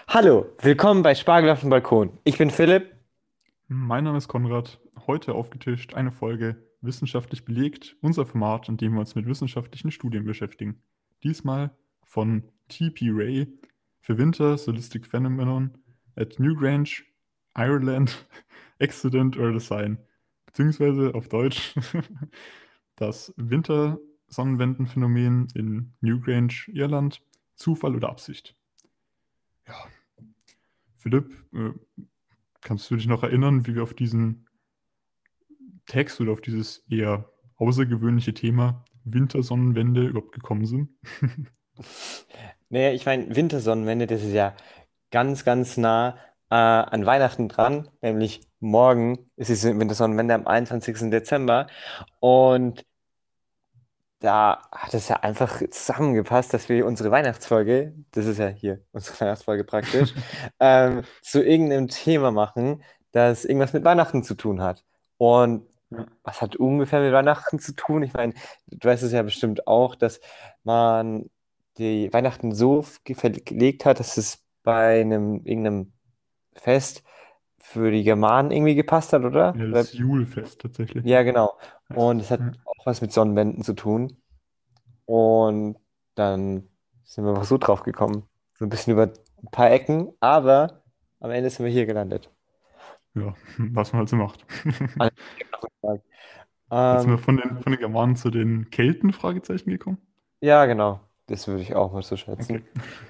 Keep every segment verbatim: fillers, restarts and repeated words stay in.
Hallo, willkommen bei Spargel auf dem Balkon. Ich bin Philipp. Mein Name ist Konrad. Heute aufgetischt eine Folge wissenschaftlich belegt, unser Format, in dem wir uns mit wissenschaftlichen Studien beschäftigen. Diesmal von T P. Ray für Winter Solistic Phenomenon at Newgrange, Ireland, Accident or Design, beziehungsweise auf Deutsch das Wintersonnenwendenphänomen in Newgrange, Irland, Zufall oder Absicht. Ja, Philipp, äh, kannst du dich noch erinnern, wie wir auf diesen Text oder auf dieses eher außergewöhnliche Thema Wintersonnenwende überhaupt gekommen sind? Naja, ich meine, Wintersonnenwende, das ist ja ganz, ganz nah äh, an Weihnachten dran. Nämlich morgen ist die Wintersonnenwende am einundzwanzigsten Dezember. Und da hat es ja einfach zusammengepasst, dass wir unsere Weihnachtsfolge, das ist ja hier unsere Weihnachtsfolge praktisch, ähm, zu irgendeinem Thema machen, das irgendwas mit Weihnachten zu tun hat. Und Ja. was hat ungefähr mit Weihnachten zu tun? Ich meine, du weißt es ja bestimmt auch, dass man die Weihnachten so ge- verlegt hat, dass es bei einem irgendeinem Fest für die Germanen irgendwie gepasst hat, oder? Ja, Oder das Julfest tatsächlich ja, genau. heißt Und es. es hat Ja. auch was mit Sonnenwenden zu tun. Und dann sind wir einfach so drauf gekommen. So ein bisschen über ein paar Ecken, aber am Ende sind wir hier gelandet. Ja, was man halt so macht. An- Jetzt sind wir Ähm, von den, von den Germanen zu den Kelten, Fragezeichen, gekommen. ja, genau. Das würde ich auch mal so Okay. schätzen.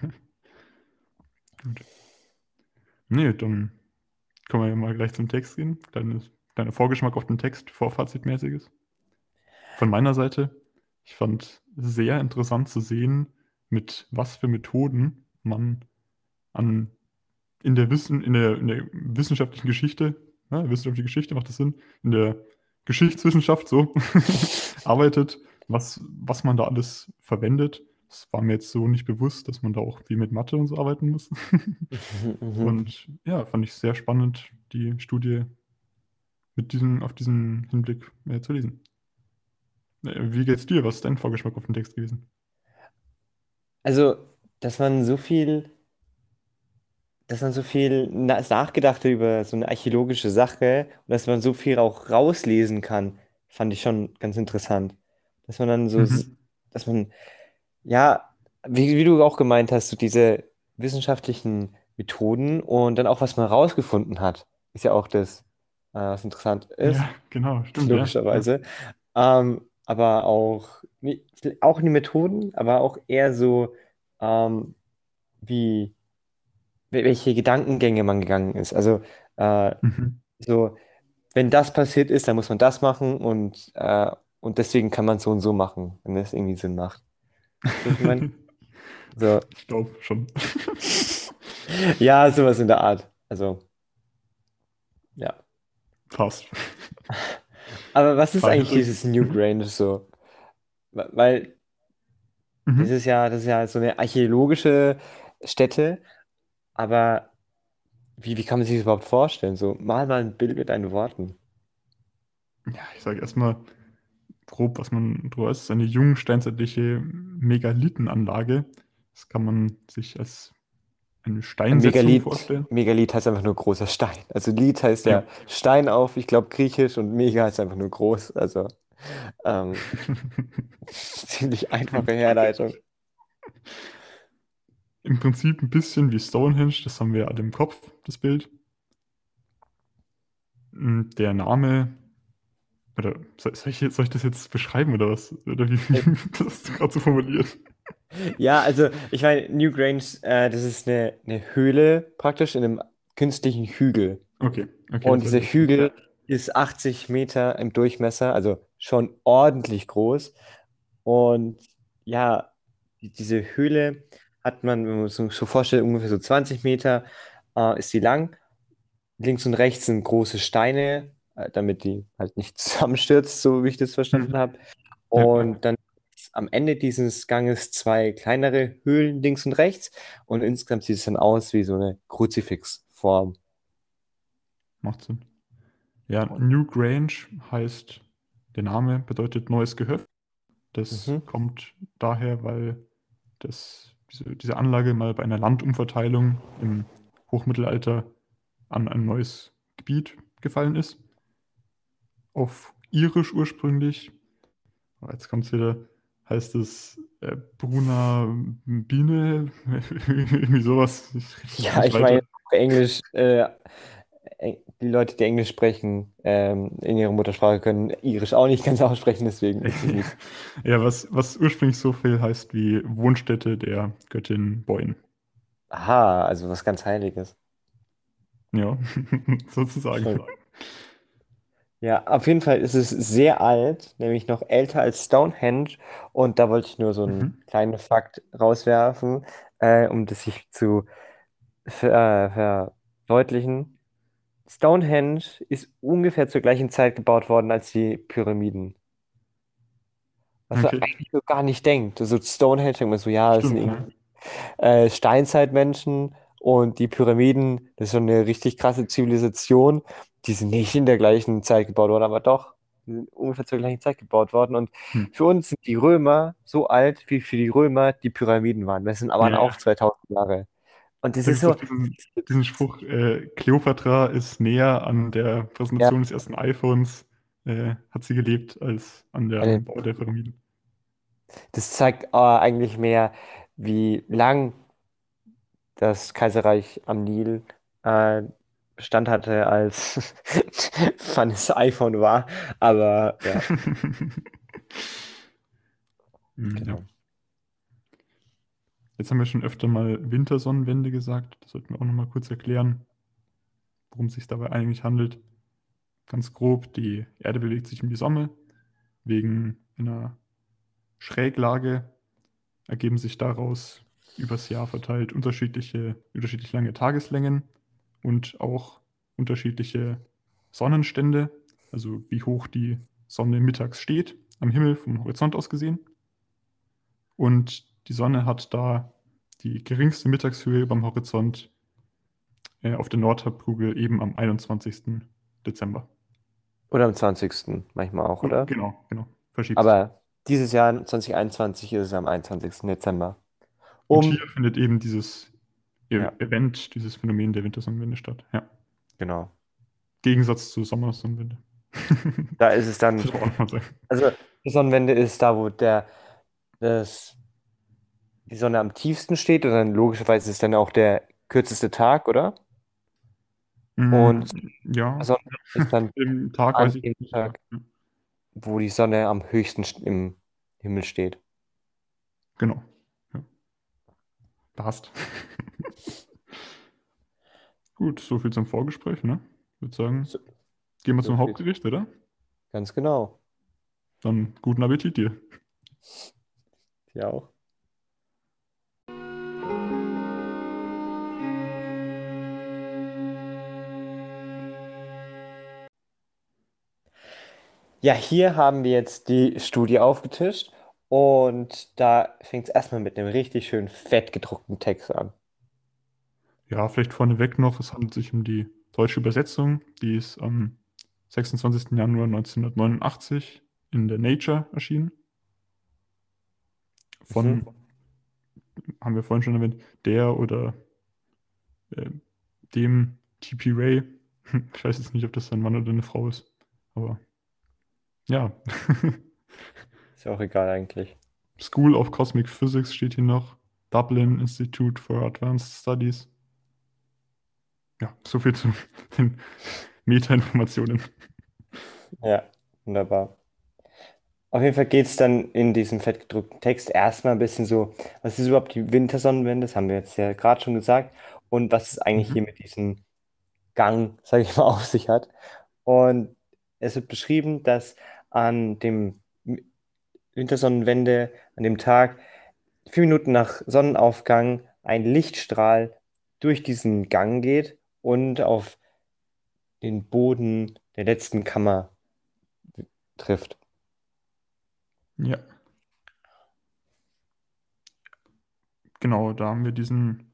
Gut. Nee, dann können wir ja mal gleich zum Text gehen. Kleines, kleiner Vorgeschmack auf den Text, Vorfazitmäßiges. Von meiner Seite, ich fand sehr interessant zu sehen, mit was für Methoden man an in der Wissen, in der, in der wissenschaftlichen Geschichte, ja, wissenschaftliche Geschichte macht das Sinn, in der Geschichtswissenschaft so arbeitet, was, was man da alles verwendet. Das war mir jetzt so nicht bewusst, dass man da auch viel mit Mathe und so arbeiten muss. Mhm, mhm. Und ja, fand ich sehr spannend, die Studie mit diesem, auf diesen Hinblick äh, zu lesen. Äh, Wie geht's dir? Was ist dein Vorgeschmack auf den Text gewesen? Also, dass man so viel, dass man so viel na nachgedacht hat über so eine archäologische Sache und dass man so viel auch rauslesen kann, fand ich schon ganz interessant. Dass man dann so, s- Mhm. dass man, ja, wie, wie du auch gemeint hast, so diese wissenschaftlichen Methoden und dann auch, was man rausgefunden hat, ist ja auch das, äh, was interessant ist, Ja, genau, stimmt, ja. Ja. logischerweise. Ähm, aber auch, nie- auch in die Methoden, aber auch eher so, ähm, wie, wel- welche Gedankengänge man gegangen ist. Also, äh, Mhm. so, wenn das passiert ist, dann muss man das machen und, äh, und deswegen kann man es so und so machen, wenn das irgendwie Sinn macht. Weißt du, was ich meine? So, Ich glaube schon. ja, sowas in der Art. Also, ja. Passt. Aber was ist Daher. eigentlich dieses Newgrange so? Wa- Weil das Mhm. ist ja, das ist ja so eine archäologische Stätte, aber wie, wie kann man sich das überhaupt vorstellen? So, mal mal ein Bild mit deinen Worten. Ja, ich sage erstmal grob, was man drüber ist. Es ist eine jungsteinzeitliche Megalithenanlage. Das kann man sich als eine Ein Steinsetzung Megalith, vorstellen. Megalith heißt einfach nur großer Stein. Also Lith heißt Ja. ja Stein auf, ich glaube griechisch und Mega heißt einfach nur groß. Also ähm, ziemlich einfache Gut. Herleitung. Im Prinzip ein bisschen wie Stonehenge, das haben wir alle im Kopf, das Bild. Mm, Der Name, oder soll, soll ich, soll ich das jetzt beschreiben oder was? Oder wie, Äh, wie das hast du gerade so formuliert? Ja, also ich meine, Newgrange, äh, das ist eine, eine Höhle praktisch in einem künstlichen Hügel. Okay, okay, Und das weiß dieser ich, was du meinst. Ja. Hügel ist achtzig Meter im Durchmesser, also schon ordentlich groß. Und ja, die- diese Höhle hat man, wenn man sich so so vorstellt, ungefähr so zwanzig Meter äh, ist die lang. Links und rechts sind große Steine, äh, damit die halt nicht zusammenstürzt, so wie ich das verstanden Mhm. habe. Ja. Und dann am Ende dieses Ganges zwei kleinere Höhlen links und rechts. Und insgesamt sieht es dann aus wie so eine Kruzifixform. Macht Sinn. Ja, Und, New Grange heißt, der Name bedeutet neues Gehöft. Das mhm. kommt daher, weil das diese, diese Anlage mal bei einer Landumverteilung im Hochmittelalter an ein neues Gebiet gefallen ist. Auf Irisch ursprünglich. Aber jetzt kommt es wieder, heißt es äh, Bruna Biene, irgendwie sowas. Ich krieg's Ja, nicht ich meine, weiter. Englisch, äh, Eng- die Leute, die Englisch sprechen, ähm, in ihrer Muttersprache können Irisch auch nicht ganz aussprechen, deswegen ist es nicht. Ja, was, was ursprünglich so viel heißt wie Wohnstätte der Göttin Boin. Aha, also was ganz Heiliges. Ja, sozusagen. Schön. Ja, auf jeden Fall ist es sehr alt, nämlich noch älter als Stonehenge. Und da wollte ich nur so einen Mhm. kleinen Fakt rauswerfen, äh, um das sich zu ver äh, verdeutlichen. Stonehenge ist ungefähr zur gleichen Zeit gebaut worden als die Pyramiden. Was man Okay, eigentlich so gar nicht denkt. So Stonehenge denkt man so, ja, das sind stimmt, ja. irgendwie äh, Steinzeitmenschen und die Pyramiden, das ist schon eine richtig krasse Zivilisation. Die sind nicht in der gleichen Zeit gebaut worden, aber doch, die sind ungefähr zur gleichen Zeit gebaut worden. Und Hm. für uns sind die Römer so alt, wie für die Römer die Pyramiden waren. Das sind aber Ja, auch ja. zweitausend Jahre. Und das Da ist gibt es so, doch diesen, diesen Spruch, äh, Kleopatra ist näher an der ja, Präsentation des ersten iPhones, äh, hat sie gelebt, als an der, eine, am Bau der Pyramiden. das zeigt äh, eigentlich mehr, wie lang das Kaiserreich am Nil äh, Bestand hatte, als wann das iPhone war. Aber ja, Hm, ja. genau. Jetzt haben wir schon öfter mal Wintersonnenwende gesagt. Das sollten wir auch nochmal kurz erklären, worum es sich dabei eigentlich handelt. Ganz grob, die Erde bewegt sich um die Sonne. Wegen einer Schräglage ergeben sich daraus übers Jahr verteilt unterschiedliche, unterschiedlich lange Tageslängen und auch unterschiedliche Sonnenstände, also wie hoch die Sonne mittags steht, am Himmel vom Horizont aus gesehen. Und die Sonne hat da die geringste Mittagshöhe beim Horizont äh, auf der Nordhalbkugel eben am einundzwanzigsten Dezember. Oder am zwanzigsten manchmal auch, Oh, oder? genau, genau, verschiebt sich. Aber dieses Jahr, zwanzig einundzwanzig, ist es am einundzwanzigsten Dezember. Und hier Um, findet eben dieses E- ja, Event, dieses Phänomen der Wintersonnenwende statt. Ja. genau. Gegensatz zur Sommersonnenwende. Da ist es dann, Das muss man auch nochmal sagen. also die Sonnenwende ist da, wo der, das, die Sonne am tiefsten steht und dann logischerweise ist dann auch der kürzeste Tag, oder? Mm, Und ja, Sonne ist dann im Tag an weiß ich dem nicht, aber Tag, ja, wo die Sonne am höchsten st- im Himmel steht. genau. Ja, passt. Gut, so viel zum Vorgespräch, ne? Ich würde sagen, So, gehen wir so zum viel. Hauptgericht, oder? Ganz genau. Dann guten Appetit dir. Ja auch. Ja, hier haben wir jetzt die Studie aufgetischt und da fängt es erstmal mit einem richtig schön fett gedruckten Text an. Ja, vielleicht vorneweg noch, es handelt sich um die deutsche Übersetzung, die ist am sechsundzwanzigsten Januar neunzehnhundertneunundachtzig in der Nature erschienen. Von, Mhm. haben wir vorhin schon erwähnt, der oder äh, dem T P. Ray. Ich weiß jetzt nicht, ob das ein Mann oder eine Frau ist, aber ja. Ist ja auch egal eigentlich. School of Cosmic Physics steht hier noch. Dublin Institute for Advanced Studies. Ja, so viel zu den Meta-Informationen. Ja, wunderbar. Auf jeden Fall geht es dann in diesem fett gedruckten Text erstmal ein bisschen so, was ist überhaupt die Wintersonnenwende? Das haben wir jetzt ja gerade schon gesagt. Und was es eigentlich hier Mhm. mit diesem Gang, sage ich mal, auf sich hat. Und es wird beschrieben, dass an dem Wintersonnenwende, an dem Tag, vier Minuten nach Sonnenaufgang, ein Lichtstrahl durch diesen Gang geht und auf den Boden der letzten Kammer trifft. Ja, genau, da haben wir diesen,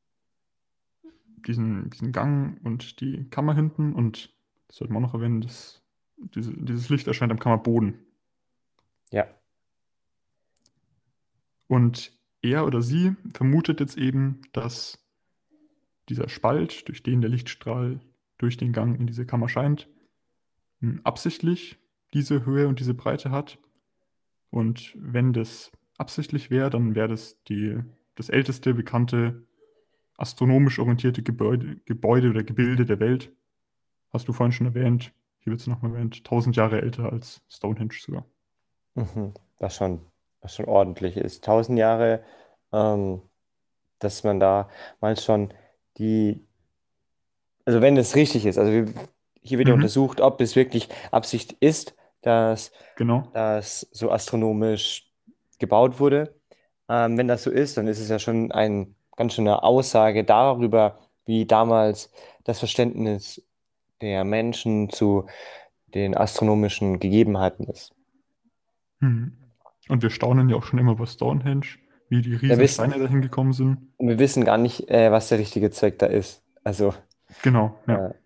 diesen, diesen Gang und die Kammer hinten und das sollte man auch noch erwähnen, dass diese, dieses Licht erscheint am Kammerboden. Ja, Und er oder sie vermutet jetzt eben, dass dieser Spalt, durch den der Lichtstrahl durch den Gang in diese Kammer scheint, m, absichtlich diese Höhe und diese Breite hat. Und wenn das absichtlich wäre, dann wäre das die, das älteste bekannte astronomisch orientierte Gebäude, Gebäude oder Gebilde der Welt. Hast du vorhin schon erwähnt, hier wird es nochmal erwähnt, tausend Jahre älter als Stonehenge sogar. Mhm. Was schon, was schon ordentlich ist. Tausend Jahre, ähm, dass man da mal schon die, also wenn es richtig ist, also wir, hier wird ja Mhm, untersucht, ob es wirklich Absicht ist, dass genau. das so astronomisch gebaut wurde. Ähm, wenn das so ist, dann ist es ja schon ein ganz schöne Aussage darüber, wie damals das Verständnis der Menschen zu den astronomischen Gegebenheiten ist. Mhm. Und wir staunen ja auch schon immer über Stonehenge, wie die Wir wissen, Riesensteine dahin gekommen sind. wir wissen gar nicht, äh, was der richtige Zweck da ist. Also, Genau, ja. äh,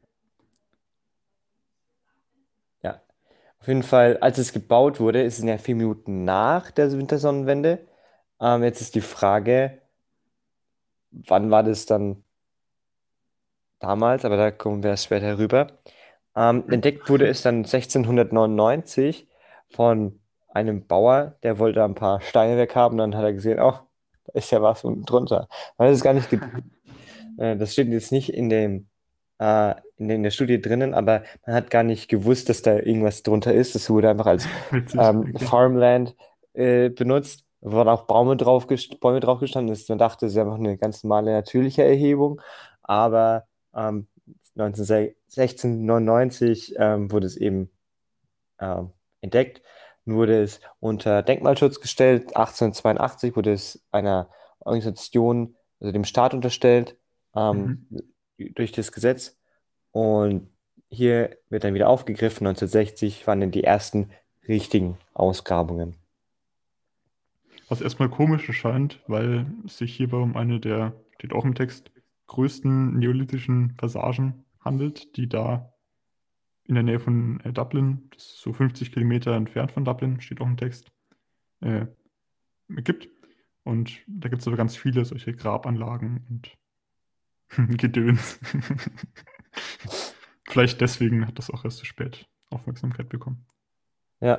ja. Auf jeden Fall, als es gebaut wurde, ist es ja vier Minuten nach der Wintersonnenwende. Ähm, jetzt ist die Frage, wann war das dann damals? Aber da kommen wir erst später rüber. Ähm, entdeckt wurde es dann sechzehnhundertneunundneunzig von einem Bauer, der wollte ein paar Steine weghaben. Dann hat er gesehen, oh, da ist ja was unten drunter. Weil das ist gar nicht, ge- äh, das steht jetzt nicht in dem, äh, in, der- in der Studie drinnen, aber man hat gar nicht gewusst, dass da irgendwas drunter ist. Das wurde einfach als Witzig, ähm, okay. Farmland äh, benutzt. Da waren auch Bäume drauf, gest- Bäume drauf gestanden. Das, man dachte, es ist einfach eine ganz normale natürliche Erhebung. Aber ähm, neunzehnhundertsechzehn, ähm, wurde es eben ähm, entdeckt. Nun wurde es unter Denkmalschutz gestellt. achtzehnhundertzweiundachtzig wurde es einer Organisation, also dem Staat unterstellt, ähm, Mhm. durch das Gesetz. Und hier wird dann wieder aufgegriffen. neunzehnhundertsechzig waren dann die ersten richtigen Ausgrabungen. Was erstmal komisch erscheint, weil es sich hierbei um eine der, steht auch im Text, größten neolithischen Passagen handelt, die da in der Nähe von äh, Dublin, das ist so fünfzig Kilometer entfernt von Dublin, steht auch im Text, äh, gibt. Und da gibt es aber ganz viele solche Grabanlagen und Gedöns. Vielleicht deswegen hat das auch erst so spät Aufmerksamkeit bekommen. Ja,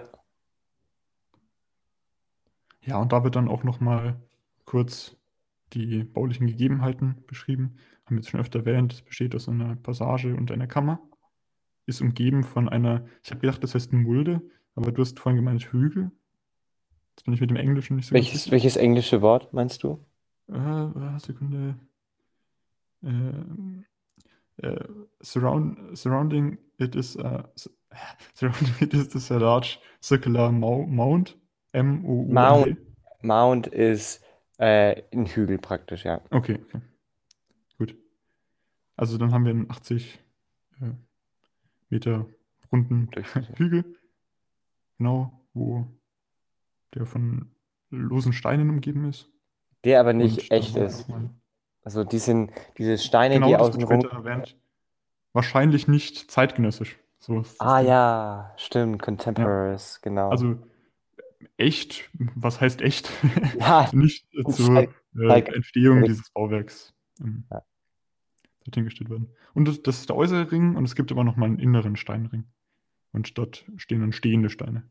Ja, und da wird dann auch nochmal kurz die baulichen Gegebenheiten beschrieben. Haben wir jetzt schon öfter erwähnt, es besteht aus einer Passage und einer Kammer. Ist umgeben von einer, ich habe gedacht, das heißt Mulde, aber du hast vorhin gemeint Hügel. Jetzt bin ich mit dem Englischen nicht so ganz welches, sicher. welches englische Wort meinst du? Äh, äh, Sekunde. Äh, äh, surround, surrounding it is a, surrounding it is a large circular mou- mound. Mount, M O U N D. Mount ist äh, ein Hügel praktisch, ja. Okay, okay, gut. Also dann haben wir einen achtzig äh, Meter runden Durchschnitt. Hügel, genau, wo der von losen Steinen umgeben ist. Der aber nicht Und dann echt haben wir ist. nochmal, Also die sind diese Steine, genau, die das wird außenrum. später erwähnt, wahrscheinlich nicht zeitgenössisch. So ist das Ah Ding. ja, stimmt, Ja, Contemporaries, genau. also echt, was heißt echt? Ja, Nicht zur Zeit, äh, Zeit, Entstehung dieses Bauwerks ähm, ja. dorthin gestellt werden. Und das, das ist der äußere Ring und es gibt aber nochmal einen inneren Steinring. Und dort stehen dann stehende Steine.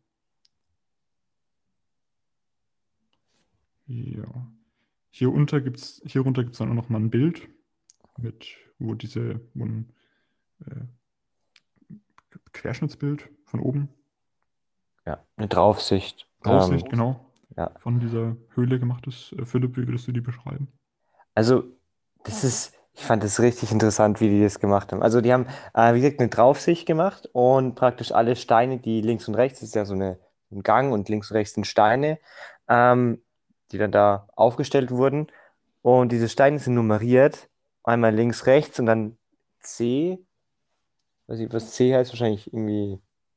Ja. Hier unter gibt's, hier runter gibt es dann auch nochmal ein Bild, mit, wo diese, wo ein äh, Querschnittsbild von oben, Ja, eine Draufsicht. Ähm, Draufsicht, genau, ja. von dieser Höhle gemacht ist. Äh, Philipp, wie würdest du die beschreiben? Also, das ist, ich fand das richtig interessant, wie die das gemacht haben. Also, die haben, äh, wie gesagt, eine Draufsicht gemacht und praktisch alle Steine, die links und rechts, das ist ja so eine, ein Gang und links und rechts sind Steine, ähm, die dann da aufgestellt wurden. Und diese Steine sind nummeriert, einmal links, rechts und dann C, weiß ich, was C heißt, wahrscheinlich irgendwie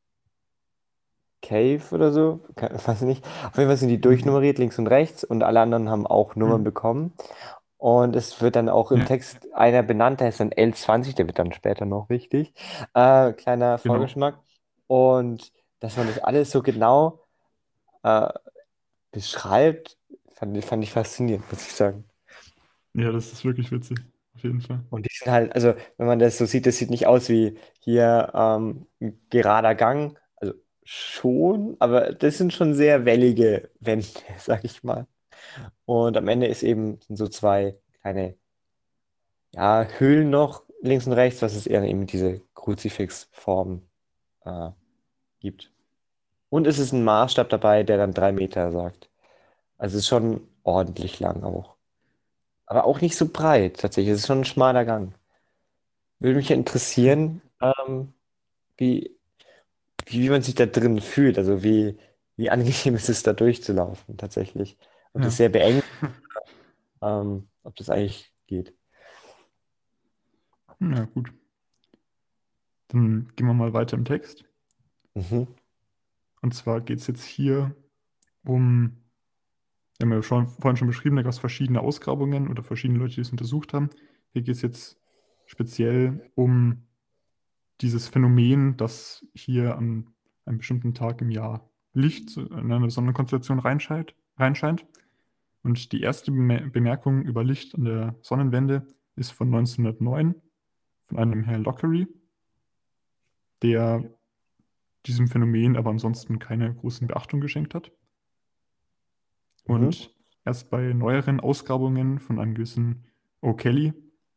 Cave oder so, Ke- weiß ich nicht. Auf jeden Fall sind die Mhm. durchnummeriert, links und rechts, und alle anderen haben auch Nummern Mhm. bekommen. Und es wird dann auch im Ja, Text einer benannt, der ist dann L zwanzig, der wird dann später noch wichtig. Äh, kleiner genau. Vorgeschmack. Und dass man das alles so genau äh, beschreibt, Fand, ich- fand ich faszinierend, muss ich sagen. Ja, das ist wirklich witzig. Auf jeden Fall. Und die sind halt, also wenn man das so sieht, das sieht nicht aus wie hier ähm, ein gerader Gang. Also schon, aber das sind schon sehr wellige Wände, sag ich mal. Und am Ende ist eben sind so zwei kleine, ja, Höhlen noch links und rechts, was es eher eben diese Kruzifixform äh, gibt. Und es ist ein Maßstab dabei, der dann drei Meter sagt. Also es ist schon ordentlich lang auch. Aber auch nicht so breit, tatsächlich. Es ist schon ein schmaler Gang. Würde mich ja Okay. interessieren, ähm, wie, wie, wie man sich da drin fühlt. Also wie, wie angenehm ist es, da durchzulaufen, tatsächlich. Ob das Ja. sehr beengt, ähm, ob das eigentlich geht. Ja, gut. Dann gehen wir mal weiter im Text. Mhm. Und zwar geht es jetzt hier um, wir haben ja schon, vorhin schon beschrieben, da gab es verschiedene Ausgrabungen oder verschiedene Leute, die es untersucht haben. Hier geht es jetzt speziell um dieses Phänomen, dass hier an einem bestimmten Tag im Jahr Licht in eine Sonnenkonstellation reinscheint. reinscheint. Und die erste Bemer- Bemerkung über Licht an der Sonnenwende ist von neunzehnhundertneun von einem Herr Lockery, der diesem Phänomen aber ansonsten keine großen Beachtung geschenkt hat. Mhm. Und erst bei neueren Ausgrabungen von einem gewissen O'Kelly,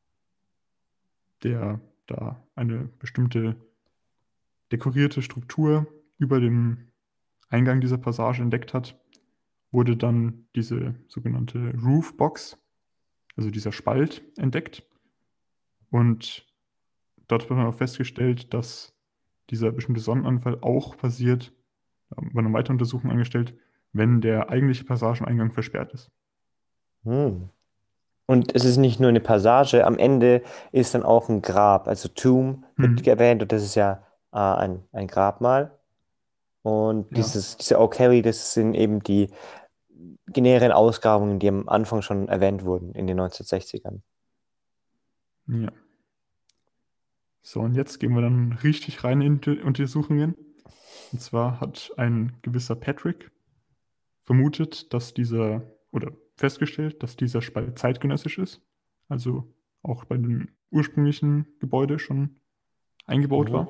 der da eine bestimmte dekorierte Struktur über dem Eingang dieser Passage entdeckt hat, wurde dann diese sogenannte Roof Box, also dieser Spalt, entdeckt. Und dort hat man auch festgestellt, dass dieser bestimmte Sonnenanfall auch passiert, da wurde eine weitere Untersuchung angestellt, wenn der eigentliche Passageneingang versperrt ist. Hm. Und es ist nicht nur eine Passage, am Ende ist dann auch ein Grab, also Tomb wird Hm. erwähnt und das ist ja äh, ein, ein Grabmal. Und Ja, dieses, diese O'Kerry, das sind eben die näheren Ausgrabungen, die am Anfang schon erwähnt wurden in den neunzehnhundertsechzigern. ja. So, und jetzt gehen wir dann richtig rein in die Untersuchungen. Und zwar hat ein gewisser Patrick vermutet, dass dieser, oder festgestellt, dass dieser Spalt zeitgenössisch ist, also auch bei dem ursprünglichen Gebäude schon eingebaut Mhm. war.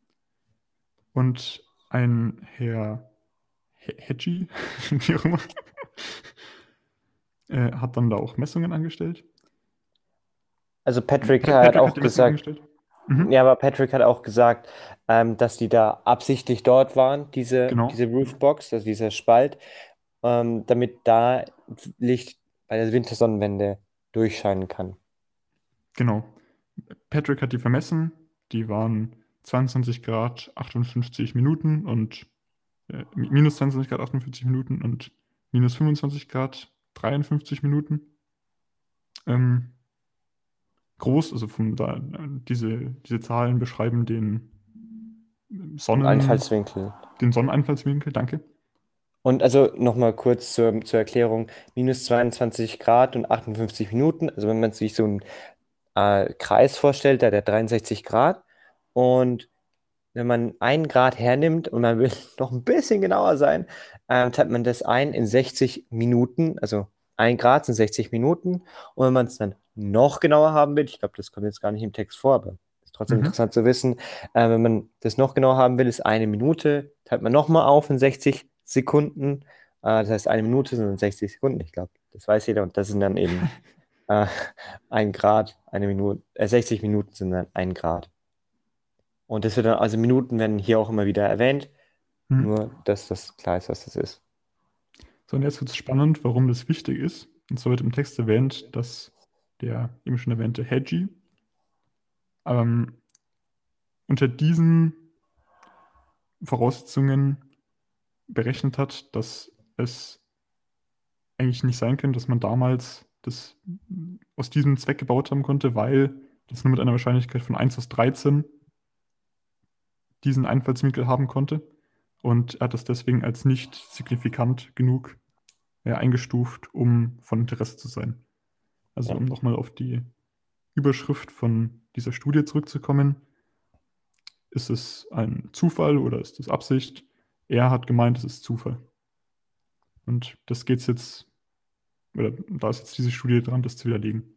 Und ein Herr He- Hedgie, wie auch immer, äh, hat dann da auch Messungen angestellt. Also Patrick Pa hat Patrick hat auch die Messungen gesagt, angestellt. Mhm, ja, aber Patrick hat auch gesagt, ähm, dass die da absichtlich dort waren, diese, genau, diese Roofbox, also dieser Spalt, ähm, damit da Licht bei der Wintersonnenwende durchscheinen kann. genau. Patrick hat die vermessen. Die waren zweiundzwanzig Grad achtundfünfzig Minuten und äh, minus zweiundzwanzig Grad achtundfünfzig Minuten und minus fünfundzwanzig Grad dreiundfünfzig Minuten. Ähm, groß, also von da, diese, diese Zahlen beschreiben den Den Sonnen, Einfallswinkel. den Sonneneinfallswinkel, danke. Und also nochmal kurz zur, zur Erklärung, minus zweiundzwanzig Grad und achtundfünfzig Minuten. Also wenn man sich so einen äh, Kreis vorstellt, da hat er dreiundsechzig Grad. Und wenn man einen Grad hernimmt und man will noch ein bisschen genauer sein, ähm, teilt man das ein in sechzig Minuten. Also ein Grad sind sechzig Minuten. Und wenn man es dann noch genauer haben will, ich glaube, das kommt jetzt gar nicht im Text vor, aber ist trotzdem Mhm. interessant zu wissen, äh, wenn man das noch genauer haben will, ist eine Minute, teilt man nochmal auf in sechzig Sekunden. Äh, das heißt, eine Minute sind dann sechzig Sekunden, ich glaube. Das weiß jeder. Und das sind dann eben äh, ein Grad, eine Minute, äh, sechzig Minuten sind dann ein Grad. Und das wird dann, also Minuten werden hier auch immer wieder erwähnt, Hm. nur dass das klar ist, was das ist. So, und jetzt wird es spannend, warum das wichtig ist. Und zwar wird im Text erwähnt, dass der eben schon erwähnte Hedgie ähm, unter diesen Voraussetzungen berechnet hat, dass es eigentlich nicht sein könnte, dass man damals das aus diesem Zweck gebaut haben konnte, weil das nur mit einer Wahrscheinlichkeit von eins aus dreizehn diesen Einfallswinkel haben konnte. Und er hat das deswegen als nicht signifikant genug äh, eingestuft, um von Interesse zu sein. Also Ja. um nochmal auf die Überschrift von dieser Studie zurückzukommen, ist es ein Zufall oder ist es Absicht? Er hat gemeint, es ist Zufall. Und das geht es jetzt oder da ist jetzt diese Studie dran, das zu widerlegen.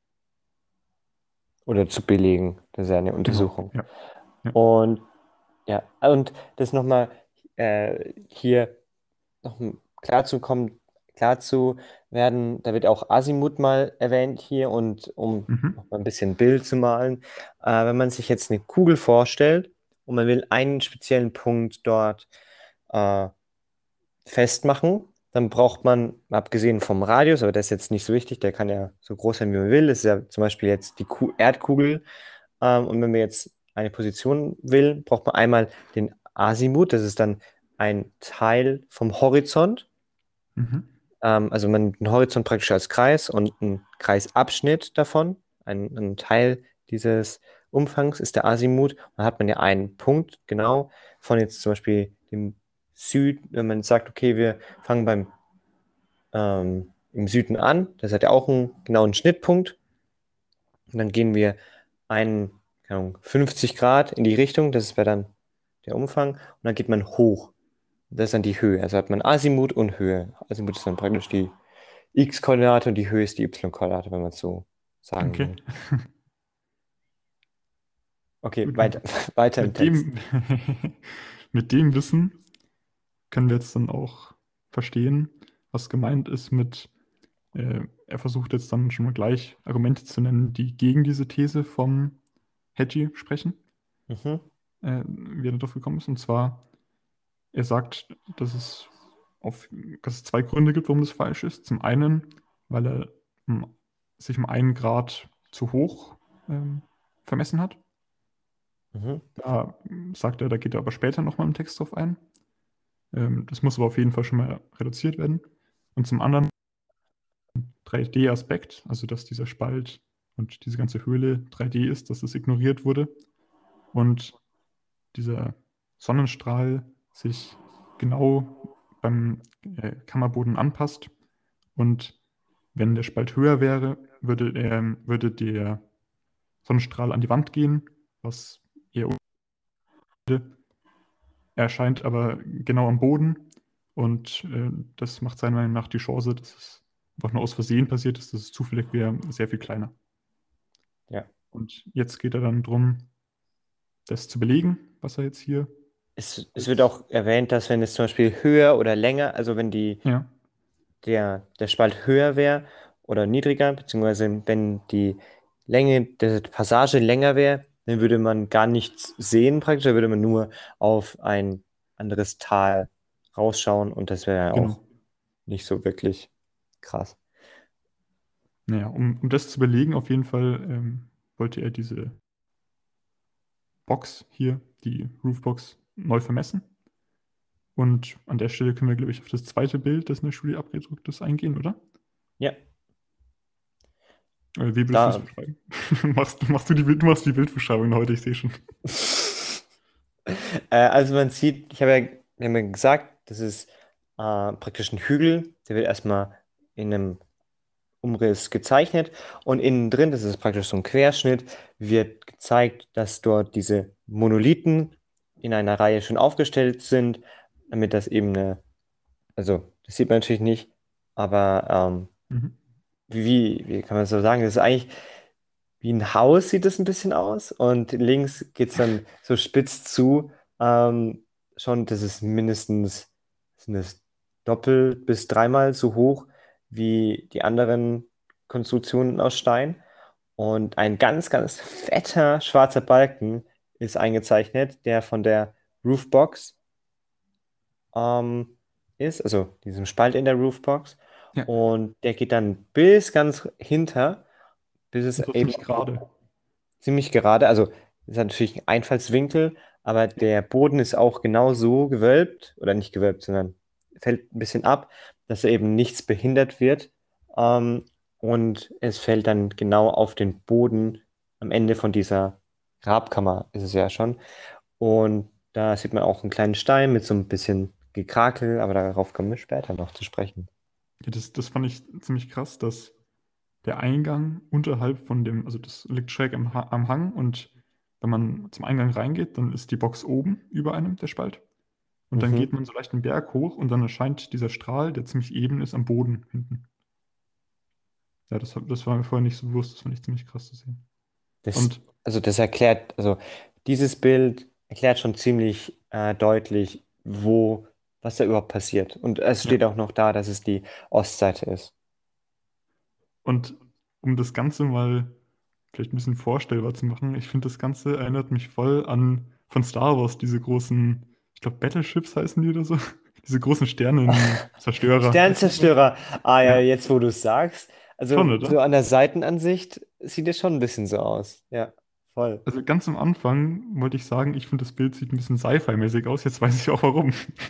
Oder zu belegen. Das ist ja eine Genau, Untersuchung. ja. Ja. Und ja, und das nochmal äh, hier noch klar zu kommen, klar zu werden, da wird auch Azimuth mal erwähnt hier und um Mhm. noch mal ein bisschen Bild zu malen, äh, wenn man sich jetzt eine Kugel vorstellt und man will einen speziellen Punkt dort äh, festmachen, dann braucht man, abgesehen vom Radius, aber das ist jetzt nicht so wichtig, der kann ja so groß sein, wie man will, das ist ja zum Beispiel jetzt die Ku Erdkugel, ähm, und wenn man jetzt eine Position will, braucht man einmal den Azimuth, das ist dann ein Teil vom Horizont. Mhm. Ähm, also man nimmt den Horizont praktisch als Kreis und einen Kreisabschnitt davon, ein, ein Teil dieses Umfangs ist der Azimuth. Dann hat man ja einen Punkt, genau, von jetzt zum Beispiel dem Süden, wenn man sagt, okay, wir fangen beim ähm, im Süden an, das hat ja auch einen genauen Schnittpunkt. Und dann gehen wir einen, keine Ahnung, fünfzig Grad in die Richtung, das wäre dann der Umfang, und dann geht man hoch. Das ist dann die Höhe. Also hat man Azimuth und Höhe. Azimuth ist dann praktisch die X-Koordinate und die Höhe ist die Y-Koordinate, wenn man es so sagen Okay. will. Okay, Gut, weiter, und weiter im mit Text. dem, mit dem Wissen können wir jetzt dann auch verstehen, was gemeint ist mit, äh, er versucht jetzt dann schon mal gleich Argumente zu nennen, die gegen diese These vom Hedgie sprechen, Mhm, äh, wie er darauf gekommen ist. Und zwar, er sagt, dass es, auf, dass es zwei Gründe gibt, warum das falsch ist. Zum einen, weil er um, sich um einen Grad zu hoch ähm, vermessen hat. mhm, Da ähm, sagt er, da geht er aber später nochmal im Text drauf ein. Ähm, das muss aber auf jeden Fall schon mal reduziert werden. Und zum anderen drei D-Aspekt, also dass dieser Spalt und diese ganze Höhle drei D ist, dass das ignoriert wurde und dieser Sonnenstrahl sich genau beim äh, Kammerboden anpasst. Und wenn der Spalt höher wäre, würde, er, würde der Sonnenstrahl an die Wand gehen, was eher unwürde. Er erscheint aber genau am Boden und äh, das macht seiner Meinung nach die Chance, dass es einfach nur aus Versehen passiert ist, dass es zufällig wäre, sehr viel kleiner. ja. Und jetzt geht er dann darum, das zu belegen, was er jetzt hier Es, es wird als, auch erwähnt, dass wenn es zum Beispiel höher oder länger, also wenn die, ja, der, der Spalt höher wäre oder niedriger, beziehungsweise wenn die Länge der Passage länger wäre, dann würde man gar nichts sehen praktisch, da würde man nur auf ein anderes Tal rausschauen und das wäre ja genau. auch nicht so wirklich krass. Naja, um, um das zu belegen, auf jeden Fall ähm, wollte er diese Box hier, die Roofbox, neu vermessen. Und an der Stelle können wir, glaube ich, auf das zweite Bild, das in der Studie abgedruckt ist, eingehen, oder? Ja, Äh, wie willst du es da. beschreiben? machst, machst du die, Bild- du machst die Bildbeschreibung heute, ich sehe schon. Äh, also man sieht, ich habe ja, wir haben ja gesagt, das ist äh, praktisch ein Hügel, der wird erstmal in einem Umriss gezeichnet und innen drin, das ist praktisch so ein Querschnitt, wird gezeigt, dass dort diese Monolithen in einer Reihe schon aufgestellt sind, damit das eben eine, also das sieht man natürlich nicht, aber ähm, Mhm. wie, wie kann man so sagen, das ist eigentlich wie ein Haus sieht es ein bisschen aus und links geht es dann so spitz zu. Ähm, schon, das ist mindestens sind das doppelt bis dreimal so hoch wie die anderen Konstruktionen aus Stein. Und ein ganz, ganz fetter schwarzer Balken ist eingezeichnet, der von der Roofbox ähm, ist, also diesem Spalt in der Roofbox. Ja, Und der geht dann bis ganz hinter, bis es und so eben ziemlich gerade. ziemlich gerade. Also ist natürlich ein Einfallswinkel, aber Ja, der Boden ist auch genau so gewölbt, oder nicht gewölbt, sondern fällt ein bisschen ab, dass er eben nichts behindert wird. Ähm, und es fällt dann genau auf den Boden am Ende von dieser Grabkammer, ist es ja schon. Und da sieht man auch einen kleinen Stein mit so ein bisschen Gekrakel, aber darauf kommen wir später noch zu sprechen. ja, das, das fand ich ziemlich krass, dass der Eingang unterhalb von dem, also das liegt schräg am, Ha- am Hang und wenn man zum Eingang reingeht, dann ist die Box oben über einem, der Spalt. Und dann geht Mhm. man so leicht einen Berg hoch und dann erscheint dieser Strahl, der ziemlich eben ist, am Boden hinten. Ja, das, das war mir vorher nicht so bewusst, das fand ich ziemlich krass zu sehen. Das, Und also das erklärt, also dieses Bild erklärt schon ziemlich äh, deutlich, wo, was da überhaupt passiert. Und es ja, steht auch noch da, dass es die Ostseite ist. und um das Ganze mal vielleicht ein bisschen vorstellbar zu machen, ich finde, das Ganze erinnert mich voll an von Star Wars, diese großen, ich glaube, Battleships heißen die oder so. Diese großen Sternenzerstörer, weißt du, was ich meine? Sternzerstörer. Ah ja, Ja, jetzt wo du es sagst. schon, Also oder? so an der Seitenansicht sieht es schon ein bisschen so aus. Ja, voll. Also ganz am Anfang wollte ich sagen, ich finde, das Bild sieht ein bisschen Sci-Fi-mäßig aus. Jetzt weiß ich auch warum.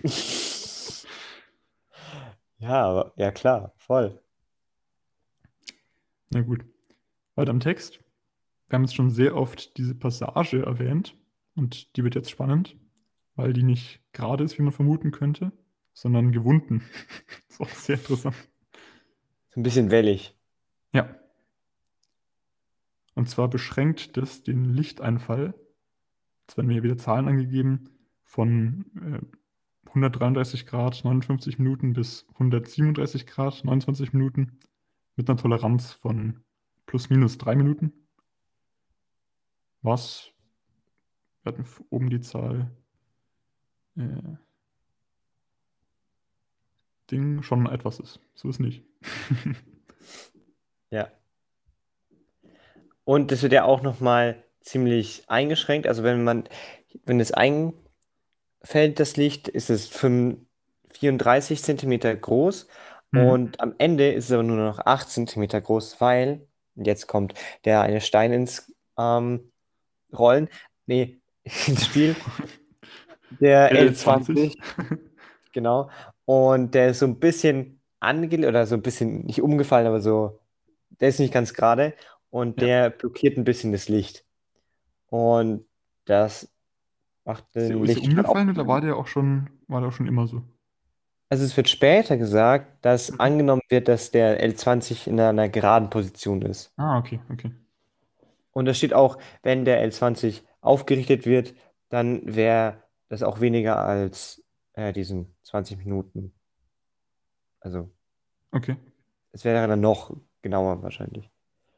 Ja, aber, ja klar, voll. Na gut. Weiter am Text. Wir haben jetzt schon sehr oft diese Passage erwähnt und die wird jetzt spannend, weil die nicht gerade ist, wie man vermuten könnte, sondern gewunden. Ist auch sehr interessant. So ein bisschen wellig. Ja, und zwar beschränkt das den Lichteinfall, jetzt werden mir wieder Zahlen angegeben, von äh, hundertdreiunddreißig Grad neunundfünfzig Minuten bis hundertsiebenunddreißig Grad neunundzwanzig Minuten mit einer Toleranz von plus minus drei Minuten, was, wir hatten oben die Zahl, äh, Ding schon etwas ist. So ist nicht. Ja. Und das wird ja auch nochmal ziemlich eingeschränkt. Also wenn man, wenn es einfällt, das Licht, ist es fünf- vierunddreißig Zentimeter groß Mhm. und am Ende ist es aber nur noch acht Zentimeter groß, weil, und jetzt kommt der eine Stein ins ähm, Rollen, nee, ins Spiel, der l L zwanzig. zwanzig, genau, und der ist so ein bisschen angelehnt oder so ein bisschen nicht umgefallen, aber so, der ist nicht ganz gerade und Ja. der blockiert ein bisschen das Licht. Und das macht Ist der, den ist der Lichtstrahl auch. umgefallen oder war der auch schon, war der auch schon immer so? Also es wird später gesagt, dass Mhm. angenommen wird, dass der L zwanzig in einer geraden Position ist. Ah, okay, okay. Und da steht auch, wenn der L zwanzig aufgerichtet wird, dann wäre das auch weniger als äh, diesen zwanzig Minuten. Also Okay. es wäre dann noch genauer wahrscheinlich.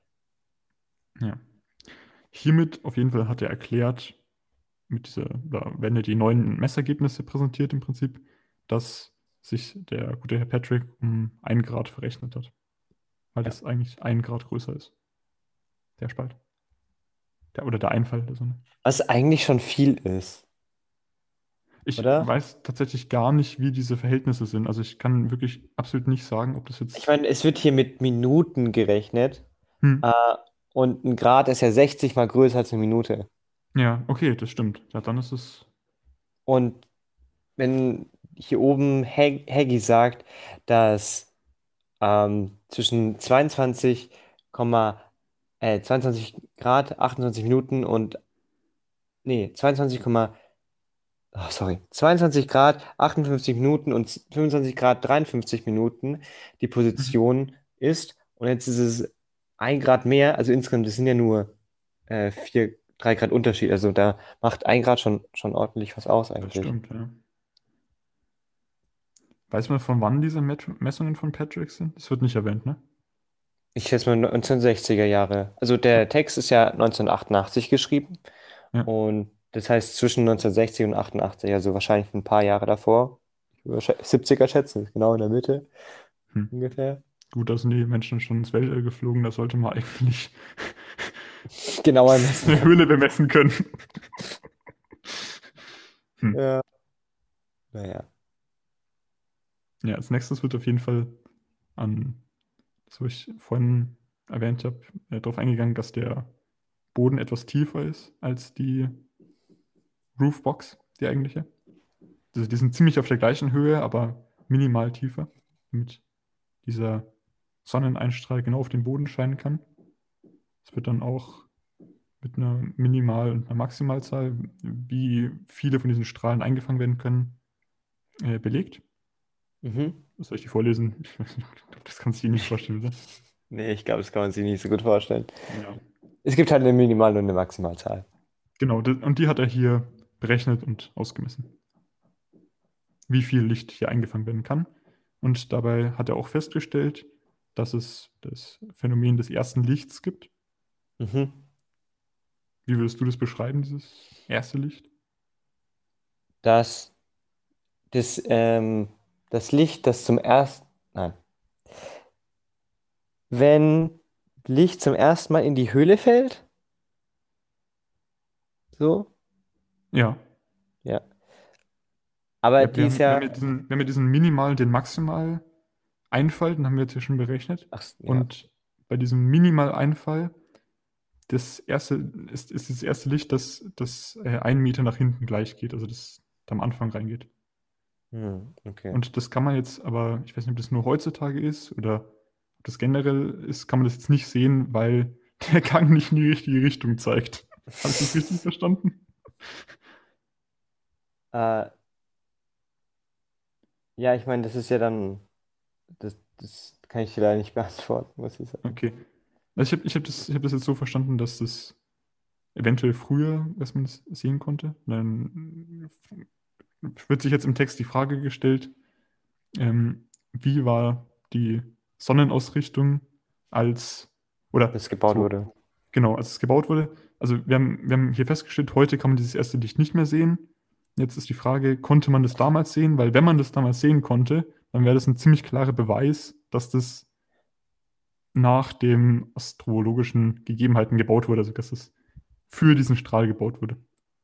Ja. Hiermit auf jeden Fall hat er erklärt, mit dieser, da werden ja die neuen Messergebnisse präsentiert im Prinzip, dass sich der gute Herr Patrick um ein Grad verrechnet hat, weil Ja. das eigentlich ein Grad größer ist, der Spalt. Der, oder der Einfall der Sonne. Was eigentlich schon viel ist, Ich oder? weiß tatsächlich gar nicht, wie diese Verhältnisse sind. Also ich kann wirklich absolut nicht sagen, ob das Ich jetzt. meine, es wird hier mit Minuten gerechnet. Hm, Äh, und ein Grad ist ja sechzig mal größer als eine Minute. ja, okay, das stimmt. Ja, dann ist es. Und wenn hier oben Hag Haggy sagt, dass ähm, zwischen zweiundzwanzig, äh, zweiundzwanzig Grad, achtundzwanzig Minuten und, nee, zweiundzwanzig, oh, sorry, zweiundzwanzig Grad, achtundfünfzig Minuten und fünfundzwanzig Grad, dreiundfünfzig Minuten die Mhm. Position ist. Und jetzt ist es ein Grad mehr, also insgesamt, das sind ja nur äh, vier, drei Grad Unterschied. Also da macht ein Grad schon, schon ordentlich was aus Das eigentlich. stimmt, ja. Weiß man, von wann diese Met Messungen von Patrick sind? Das wird nicht erwähnt, ne? Ich schätze mal neunzehnhundertsechziger Jahre. Also der Text ist ja neunzehnhundertachtundachtzig geschrieben Ja. und das heißt zwischen neunzehnhundertsechzig und achtundachtzig, also wahrscheinlich ein paar Jahre davor. Ich würde schä- siebziger schätzen, genau in der Mitte Hm. ungefähr. Gut, da sind die Menschen schon ins Weltall geflogen, da sollte man eigentlich Genauer messen. eine Höhle bemessen können. Hm. Ja, naja. Ja, als nächstes wird auf jeden Fall an, das, was ich vorhin erwähnt habe, äh, darauf eingegangen, dass der Boden etwas tiefer ist als die Roofbox, die eigentliche. Also die sind ziemlich auf der gleichen Höhe, aber minimal tiefer, damit dieser Sonneneinstrahl genau auf den Boden scheinen kann. Es wird dann auch mit einer Minimal- und einer Maximalzahl, wie viele von diesen Strahlen eingefangen werden können, äh, belegt. Mhm. Soll ich die vorlesen? Ich weiß nicht, ich glaube, das kannst du dir nicht vorstellen, oder? Nee, ich glaube, das kann man sich nicht so gut vorstellen. Ja. Es gibt halt eine Minimal- und eine Maximalzahl. Genau, d- und die hat er hier berechnet und ausgemessen, wie viel Licht hier eingefangen werden kann. Und dabei hat er auch festgestellt, dass es das Phänomen des ersten Lichts gibt. Mhm. Wie würdest du das beschreiben, dieses erste Licht? Dass das, ähm, das Licht, das zum ersten, nein, wenn Licht zum ersten Mal in die Höhle fällt, so, Ja. ja. Aber Ja, wir die ist haben, wir haben ja ja, diesen, wir haben ja diesen Minimal, den Maximal Einfall, den haben wir jetzt hier schon berechnet. ach, ja. Und bei diesem Minimal-Einfall, das erste ist, ist das erste Licht, das, das äh, einen Meter nach hinten gleich geht, also das da am Anfang reingeht. Hm, okay. Und das kann man jetzt aber, ich weiß nicht, ob das nur heutzutage ist oder ob das generell ist, kann man das jetzt nicht sehen, weil der Gang nicht in die richtige Richtung zeigt. Habe ich das richtig verstanden? Äh, ja, ich meine, das ist ja dann, das, das kann ich dir leider nicht beantworten, muss ich sagen. Okay. Also ich habe ich hab das, ich hab das jetzt so verstanden, dass das eventuell früher, dass man das sehen konnte. Dann wird sich jetzt im Text die Frage gestellt, ähm, wie war die Sonnenausrichtung als, oder Das gebaut so, wurde. genau, als es gebaut wurde. Also wir haben, wir haben hier festgestellt, heute kann man dieses erste Licht nicht mehr sehen. Jetzt ist die Frage, konnte man das damals sehen? Weil wenn man das damals sehen konnte, dann wäre das ein ziemlich klarer Beweis, dass das nach den astrologischen Gegebenheiten gebaut wurde, also dass es für diesen Strahl gebaut wurde.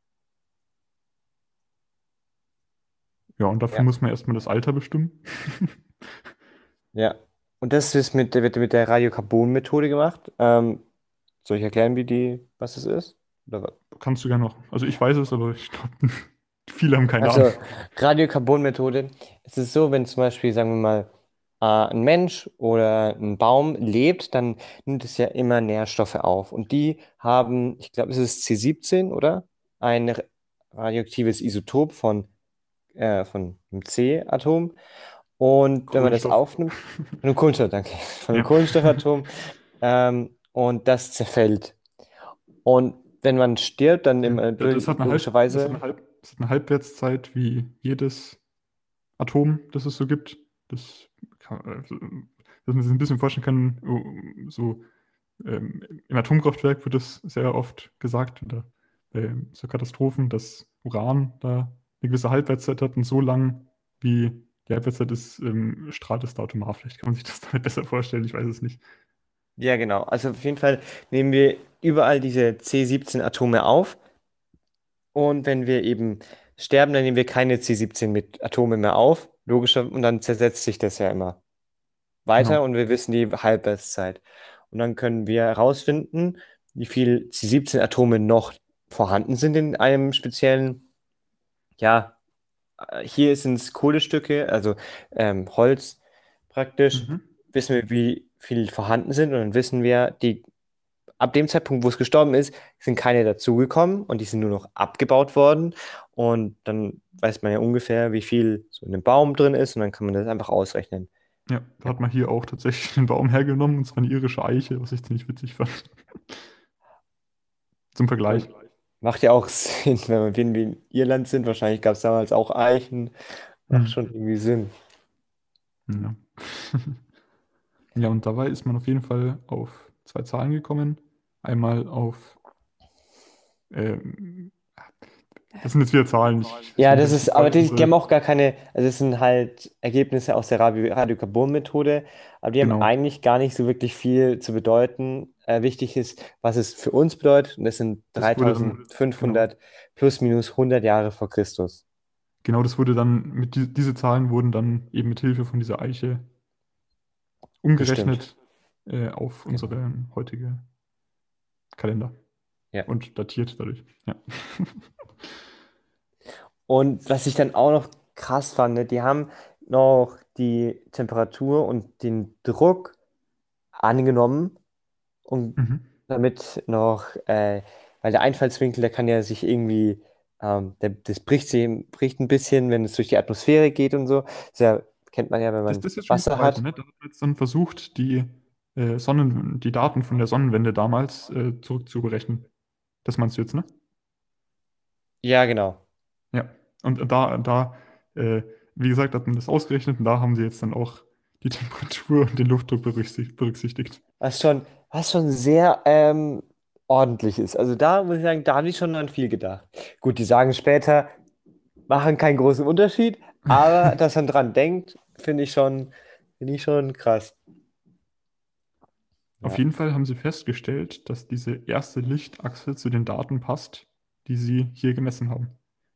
Ja, und dafür Ja. muss man erstmal das Alter bestimmen. Ja. Und das ist mit, der- wird mit der Radiokarbon-Methode gemacht. Ähm, soll ich erklären, wie die, was es ist? Oder was? Kannst du gerne noch. Also ich weiß es, aber ich glaube, viele haben keine Ahnung. Also, Radiokarbon-Methode. Es ist so, wenn zum Beispiel, sagen wir mal, äh, ein Mensch oder ein Baum lebt, dann nimmt es ja immer Nährstoffe auf. Und die haben, ich glaube, es ist C siebzehn, oder? Ein r- radioaktives Isotop von, äh, von einem C-Atom. Und wenn man das Kohlenstoff. aufnimmt, von einem Kohlenstoff, danke, von einem Ja. Kohlenstoffatom, ähm, und das zerfällt. Und wenn man stirbt, dann Ja. immer Das durch, hat eine Halb, das hat logischerweise, eine Halb, das hat eine Halbwertszeit wie jedes Atom, das es so gibt. Das kann, also, dass man sich ein bisschen vorstellen kann, oh, so ähm, im Atomkraftwerk wird das sehr oft gesagt, oder bei so Katastrophen, dass Uran da eine gewisse Halbwertszeit hat und so lang wie die Halbwertszeit ist, ähm, strahlt es da atomar. Vielleicht kann man sich das damit besser vorstellen, ich weiß es nicht. ja genau, also auf jeden Fall nehmen wir überall diese C siebzehn Atome auf und wenn wir eben sterben, dann nehmen wir keine C siebzehn mit Atome mehr auf, logischer, und dann zersetzt sich das ja immer weiter Genau. und wir wissen die Halbwertszeit. Und dann können wir herausfinden, wie viel C siebzehn Atome noch vorhanden sind in einem speziellen, ja, äh, hier sind es Kohlestücke, also ähm, Holz praktisch, Mhm. wissen wir, wie viel vorhanden sind und dann wissen wir, die ab dem Zeitpunkt, wo es gestorben ist, sind keine dazugekommen und die sind nur noch abgebaut worden. Und dann weiß man ja ungefähr, wie viel so in einem Baum drin ist und dann kann man das einfach ausrechnen. Ja, da Ja. hat man hier auch tatsächlich einen Baum hergenommen, und zwar eine irische Eiche, was ich ziemlich witzig fand. Zum Vergleich. Und macht ja auch Sinn, wenn wir wenn wir in Irland sind. Wahrscheinlich gab es damals auch Eichen. Macht Hm. schon irgendwie Sinn. Ja. Ja, und dabei ist man auf jeden Fall auf zwei Zahlen gekommen. Einmal auf, ähm, das sind jetzt wieder Zahlen, ich, Ja, deswegen das hätte ich ist, das aber vorlesen die, die haben sollen. auch gar keine, also es sind halt Ergebnisse aus der Radio Radiokarbon-Methode, aber die haben Genau. eigentlich gar nicht so wirklich viel zu bedeuten. Äh, wichtig ist, was es für uns bedeutet, und das sind Das wurde dann, genau, dreitausendfünfhundert plus minus hundert Jahre vor Christus. genau, das wurde dann, mit die, diese Zahlen wurden dann eben mit Hilfe von dieser Eiche Bestimmt. umgerechnet äh, auf Genau. unsere heutige Kalender Ja. und datiert dadurch. Ja. Und was ich dann auch noch krass fand, ne, die haben noch die Temperatur und den Druck angenommen und Mhm. damit noch, äh, weil der Einfallswinkel, der kann ja sich irgendwie, ähm, der, das bricht, sich, bricht ein bisschen, wenn es durch die Atmosphäre geht und so. Das ja, kennt man ja, wenn Das, man das ist jetzt schon wieder Wasser weiter, hat. ne? Da wird jetzt dann versucht, die, äh, Sonnen, die Daten von der Sonnenwende damals äh, zurückzuberechnen. Das meinst du jetzt, ne? Ja, genau. Ja. Und da, da, äh, wie gesagt, hat man das ausgerechnet, und da haben sie jetzt dann auch die Temperatur und den Luftdruck berücksichtigt. berücksichtigt. Was schon, was schon sehr ähm, ordentlich ist. Also da muss ich sagen, da habe ich schon an viel gedacht. Gut, die sagen später, machen keinen großen Unterschied, aber dass man dran denkt, finde ich schon, finde ich schon krass. Auf Ja. jeden Fall haben sie festgestellt, dass diese erste Lichtachse zu den Daten passt, die sie hier gemessen haben.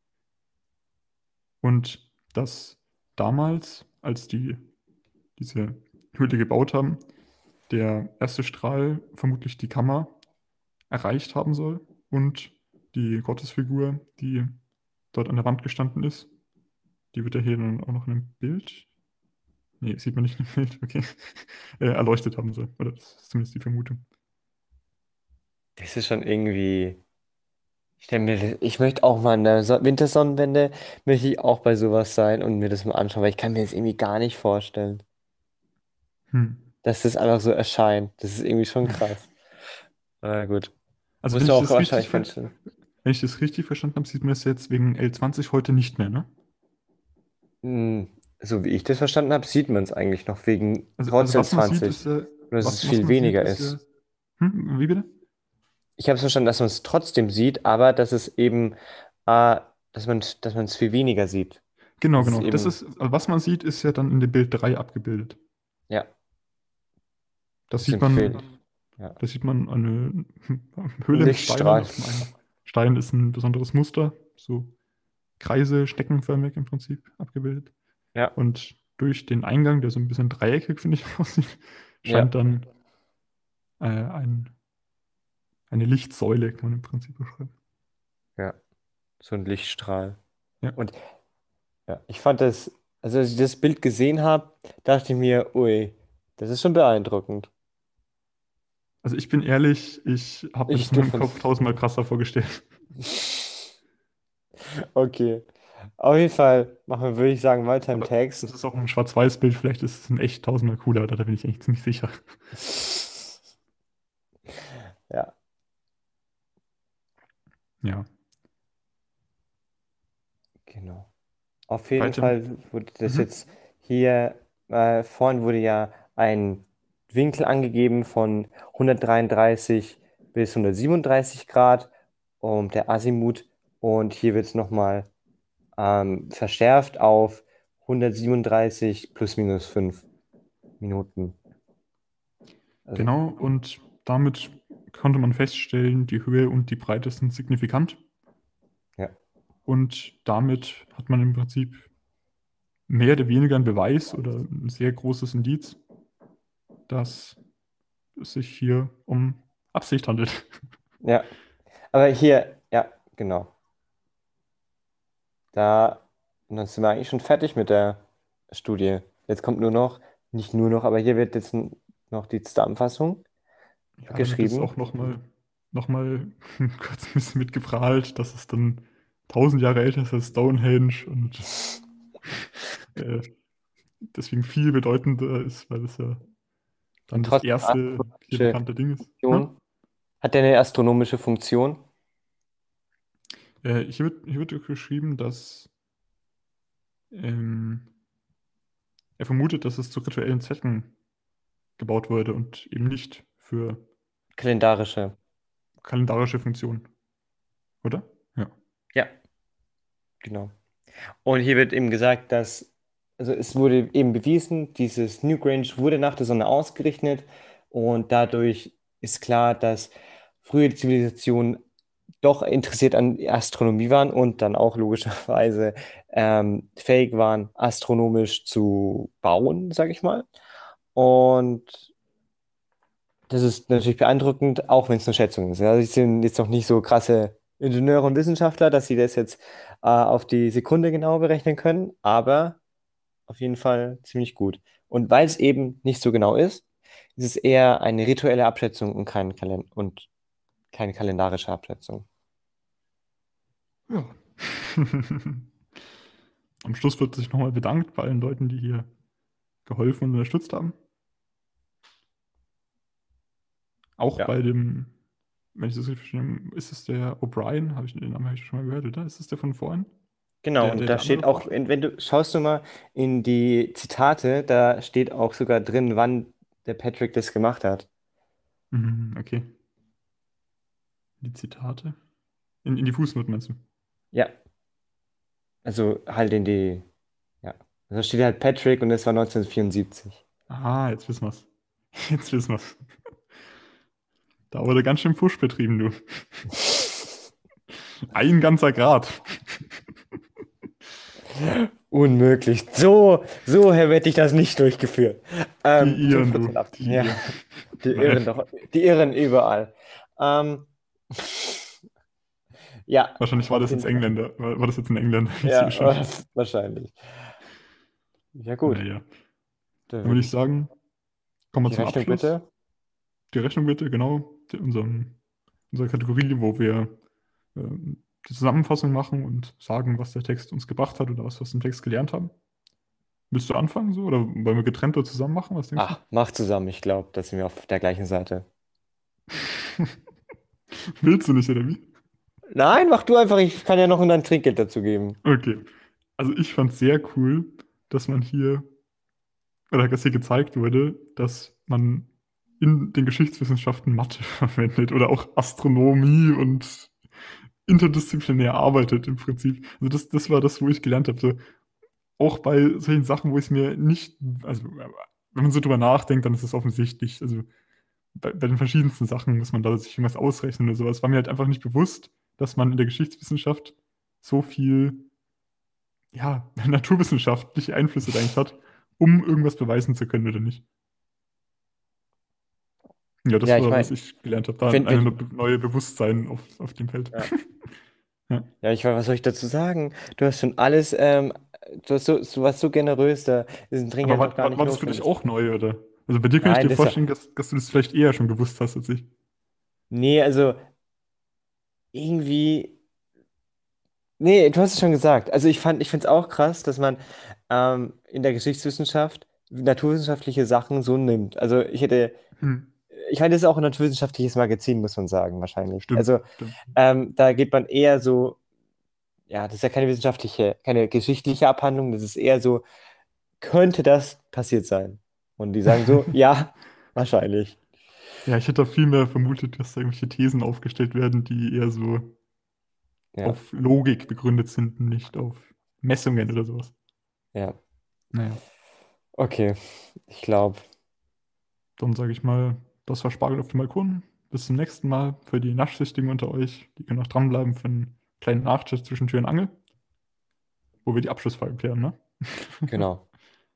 Und dass damals, als die diese Höhle gebaut haben, der erste Strahl vermutlich die Kammer erreicht haben soll und die Gottesfigur, die dort an der Wand gestanden ist, die wird ja hier dann auch noch in einem Bild, nee, sieht man nicht im Bild, okay, äh, erleuchtet haben soll. Oder das ist zumindest die Vermutung. Das ist schon irgendwie. Ich stell mir, ich möchte auch mal in der So- Wintersonnenwende, möchte ich auch bei sowas sein und mir das mal anschauen, weil ich kann mir das irgendwie gar nicht vorstellen, Hm. dass das einfach so erscheint. Das ist irgendwie schon krass. Aber gut. Also wenn Musst du ich auch das richtig, wahrscheinlich ver vorstellen. wenn ich das richtig verstanden habe, sieht man es jetzt wegen L zwanzig heute nicht mehr, ne? Hm, so wie ich das verstanden habe, sieht man es eigentlich noch wegen Also, also trotzdem was man sieht, zwanzig. ist ja, Nur dass es was, was viel man sieht, weniger ist ja, ist. hm, wie bitte? Ich habe es verstanden, dass man es trotzdem sieht, aber dass es eben, äh, dass man, dass man es viel weniger sieht. Genau, Das ist genau. Das eben, ist, also was man sieht, ist ja dann in dem Bild drei abgebildet. ja, Da das sieht sind man, viel, ja. da sieht man eine Ein Höhle mit Steinen. Lichtstrahl. Auf dem einen Stein ist ein besonderes Muster, so Kreise, steckenförmig im Prinzip abgebildet. Ja, Und durch den Eingang, der so ein bisschen dreieckig, finde ich, aussieht, ja, scheint dann äh, ein, eine Lichtsäule, kann man im Prinzip beschreiben. ja, so ein Lichtstrahl. Ja. Und ja, ich fand das, also als ich das Bild gesehen habe, dachte ich mir, ui, das ist schon beeindruckend. Also ich bin ehrlich, ich habe mir Ich das in meinem davon. Kopf tausendmal krasser vorgestellt. Okay. Auf jeden Fall machen wir, würde ich sagen, weiter im Aber das Text. ist auch ein Schwarz-Weiß-Bild, vielleicht ist es ein echt tausendmal cooler, da bin ich eigentlich ziemlich sicher. Ja, Ja. genau. Auf jeden Weiter. Fall wurde das Mhm. jetzt hier, äh, vorhin wurde ja ein Winkel angegeben von hundertdreiunddreißig bis hundertsiebenunddreißig Grad und der Azimuth. Und hier wird es nochmal ähm, verschärft auf hundertsiebenunddreißig plus minus fünf Minuten. Also, Genau, und damit konnte man feststellen, die Höhe und die Breite sind signifikant. ja, Und damit hat man im Prinzip mehr oder weniger einen Beweis oder ein sehr großes Indiz, dass es sich hier um Absicht handelt. ja. Aber hier, ja, genau. Da, und dann sind wir eigentlich schon fertig mit der Studie. Jetzt kommt nur noch, nicht nur noch, aber hier wird jetzt n- noch die Zusammenfassung Ja, damit ist geschrieben. auch nochmal noch mal kurz ein bisschen mitgeprahlt, dass es dann tausend Jahre älter ist als Stonehenge und äh, deswegen viel bedeutender ist, weil es ja dann Und das trotzdem erste hier astronomische bekannte Ding ist. Hm? Funktion. Hat der eine astronomische Funktion? Äh, hier wird, hier wird geschrieben, dass ähm, er vermutet, dass es zu rituellen Zwecken gebaut wurde und eben nicht für Kalendarische. kalendarische Funktionen, oder? Ja. Ja, genau. Und hier wird eben gesagt, dass, also es wurde eben bewiesen, dieses Newgrange wurde nach der Sonne ausgerichtet und dadurch ist klar, dass frühe Zivilisationen doch interessiert an Astronomie waren und dann auch logischerweise ähm, fähig waren, astronomisch zu bauen, sage ich mal. Und das ist natürlich beeindruckend, auch wenn es nur Schätzungen sind. Also, sie sind jetzt noch nicht so krasse Ingenieure und Wissenschaftler, dass sie das jetzt äh, auf die Sekunde genau berechnen können, aber auf jeden Fall ziemlich gut. Und weil es eben nicht so genau ist, ist es eher eine rituelle Abschätzung und, kein Kalen und keine kalendarische Abschätzung. Ja. Am Schluss wird sich nochmal bedankt bei allen Leuten, die hier geholfen und unterstützt haben. Auch Ja. bei dem, wenn ich das richtig verstehe, ist es der O'Brien, habe ich den Namen hab ich schon mal gehört, oder? Ist es der von vorhin? Genau, Der, und der, da der steht andere auch, Vorschlag? in- wenn du schaust du mal in die Zitate, da steht auch sogar drin, wann der Patrick das gemacht hat. Mhm, okay. Die Zitate? In, in die Fußnoten meinst du? Ja, also halt in die, ja. Da steht halt Patrick und es war neunzehnhundertvierundsiebzig. Ah, jetzt wissen wir's. Jetzt wissen wir's. Da wurde ganz schön Push betrieben, du. Ein ganzer Grad. Unmöglich. So, so hätte ich das nicht durchgeführt. Die Ähm, fünf Iren, du. Prozent ab. Die Ja, Iren. die Naja. irren doch, die irren überall. Ähm, ja, Wahrscheinlich war auf das jeden jetzt Fall. Engländer. War, war das jetzt ein Engländer? Ich sehe schon. Ja, wahrscheinlich. Ja, gut. Naja. Da Dann würde würde ich ich sagen, kommen wir die zum Rechnung Abschluss. bitte. Die Rechnung bitte, genau. Die, unserem, unsere Kategorie, wo wir ähm, die Zusammenfassung machen und sagen, was der Text uns gebracht hat oder was wir aus dem Text gelernt haben. Willst du anfangen so? Oder wollen wir getrennt oder zusammen machen? Was denkst du? Ach, mach zusammen. Ich glaube, da sind wir auf der gleichen Seite. Willst du nicht, oder wie? Nein, mach du einfach. Ich kann ja noch ein Trinkgeld dazu geben. Okay. Also ich fand es sehr cool, dass man hier, oder dass hier gezeigt wurde, dass man in den Geschichtswissenschaften Mathe verwendet oder auch Astronomie und interdisziplinär arbeitet im Prinzip. Also das, das war das, wo ich gelernt habe. So, auch bei solchen Sachen, wo ich es mir nicht, also wenn man so drüber nachdenkt, dann ist es offensichtlich. Also bei, bei den verschiedensten Sachen muss man da sich irgendwas ausrechnen oder sowas. War mir halt einfach nicht bewusst, dass man in der Geschichtswissenschaft so viel, ja, naturwissenschaftliche Einflüsse eigentlich hat, um irgendwas beweisen zu können oder nicht. Ja, das Ja, ich war, was meine, ich gelernt habe. Da wenn, eine wenn, neue Bewusstsein auf, auf dem Feld. ja. Ja. Ja, ich meine, was soll ich dazu sagen? Du hast schon alles, ähm, du hast so, du warst so generös, da ist ein Aber Trinkgeld war, auch gar war, nicht war das für dich notwendig. auch neu, oder? Also bei dir könnte ich Nein, dir das war, vorstellen, dass, dass du das vielleicht eher schon gewusst hast als ich. nee, also irgendwie, nee, du hast es schon gesagt. Also ich fand, ich finde es auch krass, dass man ähm, in der Geschichtswissenschaft naturwissenschaftliche Sachen so nimmt. Also ich hätte, Hm. ich meine, das ist auch ein naturwissenschaftliches Magazin, muss man sagen, wahrscheinlich. Stimmt, Also stimmt. ähm, da geht man eher so, ja, das ist ja keine wissenschaftliche, keine geschichtliche Abhandlung, das ist eher so, könnte das passiert sein? Und die sagen so, ja, wahrscheinlich. Ja, ich hätte auch viel mehr vermutet, dass da irgendwelche Thesen aufgestellt werden, die eher so Ja, auf Logik begründet sind, nicht auf Messungen oder sowas. ja. Naja, Okay, ich glaube, dann sage ich mal, das war Spargel auf dem Balkon. Bis zum nächsten Mal. Für die Naschsüchtigen unter euch, die können auch dranbleiben für einen kleinen Nachtisch zwischen Tür und Angel, wo wir die Abschlussfrage klären, ne? genau.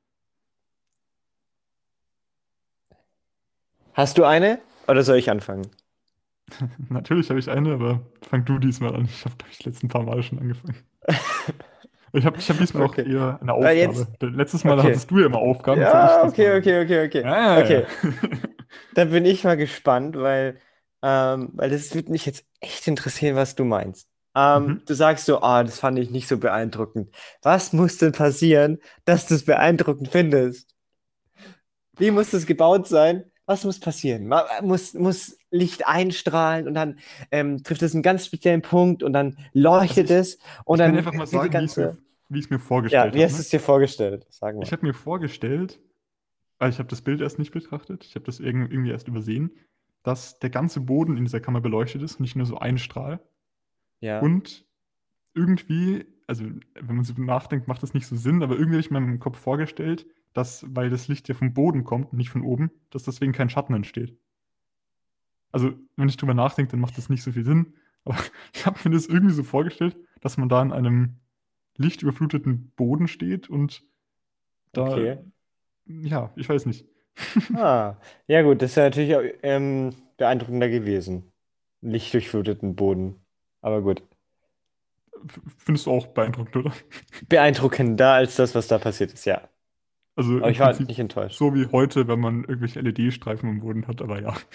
Hast du eine oder soll ich anfangen? Natürlich habe ich eine, aber fang du diesmal an. Ich habe, glaube ich, die letzten paar Mal schon angefangen. Ich habe ich hab diesmal auch Okay. eher eine Weil Aufgabe. jetzt, Letztes Mal okay. hattest du ja immer Aufgaben, jetzt habe ich Ja, diesmal okay, eine. okay, okay, okay. Ja, ja, ja. Okay, dann bin ich mal gespannt, weil, ähm, weil das würde mich jetzt echt interessieren, was du meinst. Ähm, Mhm. du sagst so, ah, das fand ich nicht so beeindruckend. Was muss denn passieren, dass du es beeindruckend findest? Wie muss das gebaut sein? Was muss passieren? Ma- Muss, muss Licht einstrahlen und dann ähm, trifft es einen ganz speziellen Punkt und dann Also leuchtet ich, es und ich kann dir dann einfach mal wird die sagen, wie ich es mir, ganze. wie ich es mir Ja, vorgestellt wie habe, hast du ne? es dir vorgestellt? Sag Ich mal. habe mir vorgestellt, weil ich habe das Bild erst nicht betrachtet, ich habe das irg- irgendwie erst übersehen, dass der ganze Boden in dieser Kammer beleuchtet ist, nicht nur so ein Strahl. Ja, Und irgendwie, also wenn man so nachdenkt, macht das nicht so Sinn, aber irgendwie habe ich mir im Kopf vorgestellt, dass, weil das Licht ja vom Boden kommt, und nicht von oben, dass deswegen kein Schatten entsteht. Also, wenn ich drüber nachdenke, dann macht das nicht so viel Sinn. Aber ich habe mir das irgendwie so vorgestellt, dass man da in einem lichtüberfluteten Boden steht und da, okay. ja, ich weiß nicht. Ah, ja gut, das wäre natürlich auch, ähm, beeindruckender gewesen. Lichtdurchfluteten Boden. Aber gut. F- Findest du auch beeindruckend, oder? Beeindruckender als das, was da passiert ist, ja. Also Aber im ich war Prinzip nicht enttäuscht. so wie heute, wenn man irgendwelche L E D-Streifen am Boden hat, aber ja.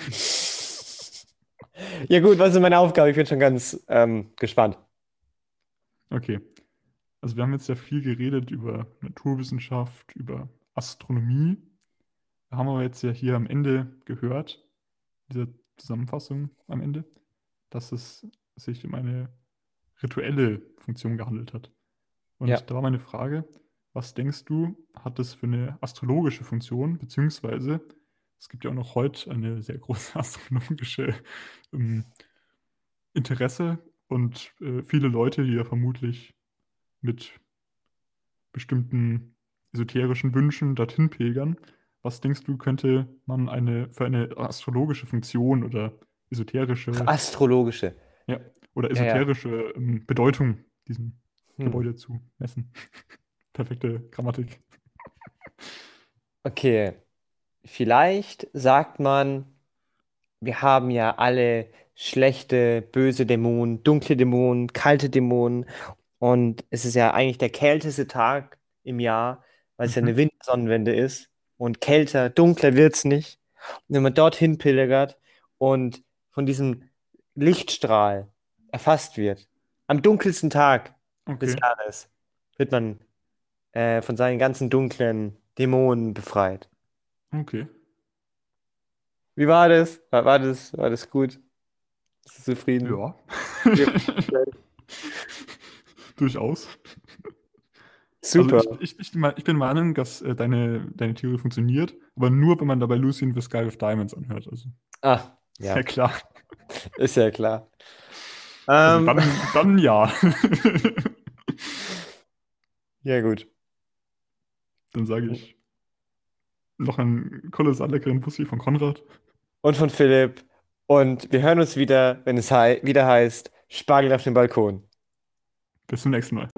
Ja gut, was ist meine Aufgabe? Ich bin schon ganz ähm, gespannt. Okay. Also wir haben jetzt ja viel geredet über Naturwissenschaft, über Astronomie. Wir haben aber jetzt ja hier am Ende gehört, dieser Zusammenfassung am Ende, dass es sich um eine rituelle Funktion gehandelt hat. Ja. Und da war meine Frage, was denkst du, hat das für eine astrologische Funktion, beziehungsweise es gibt ja auch noch heute eine sehr große astrologische ähm, Interesse und äh, viele Leute, die ja vermutlich mit bestimmten esoterischen Wünschen dorthin pilgern. Was denkst du, könnte man eine für eine astrologische Funktion oder Ach, esoterische, astrologische. ja, oder Ja, ja. esoterische ähm, Bedeutung diesem Hm. Gebäude zumessen? Perfekte Grammatik. Okay. Vielleicht sagt man, wir haben ja alle schlechte, böse Dämonen, dunkle Dämonen, kalte Dämonen. Und es ist ja eigentlich der kälteste Tag im Jahr, weil es ja Mhm. eine Wintersonnenwende ist. Und kälter, dunkler wird es nicht. Und wenn man dorthin pilgert und von diesem Lichtstrahl erfasst wird, am dunkelsten Tag des Okay, Jahres, wird man äh, von seinen ganzen dunklen Dämonen befreit. okay. Wie war das? War, war das, war das gut? Bist du zufrieden? Ja. Ja. Durchaus. Also Super. ich, ich, ich, ich bin der Meinung, dass äh, deine, deine Theorie funktioniert, aber nur, wenn man dabei Lucy in the Sky with Diamonds anhört. Also, Ah, ist ja ja, klar. ist ja klar. Also Ähm, dann, dann ja. ja, gut. Dann sage ich noch einen kolossal leckeren Bussi von Konrad. Und von Philipp. Und wir hören uns wieder, wenn es hei wieder heißt Spargel auf dem Balkon. Bis zum nächsten Mal.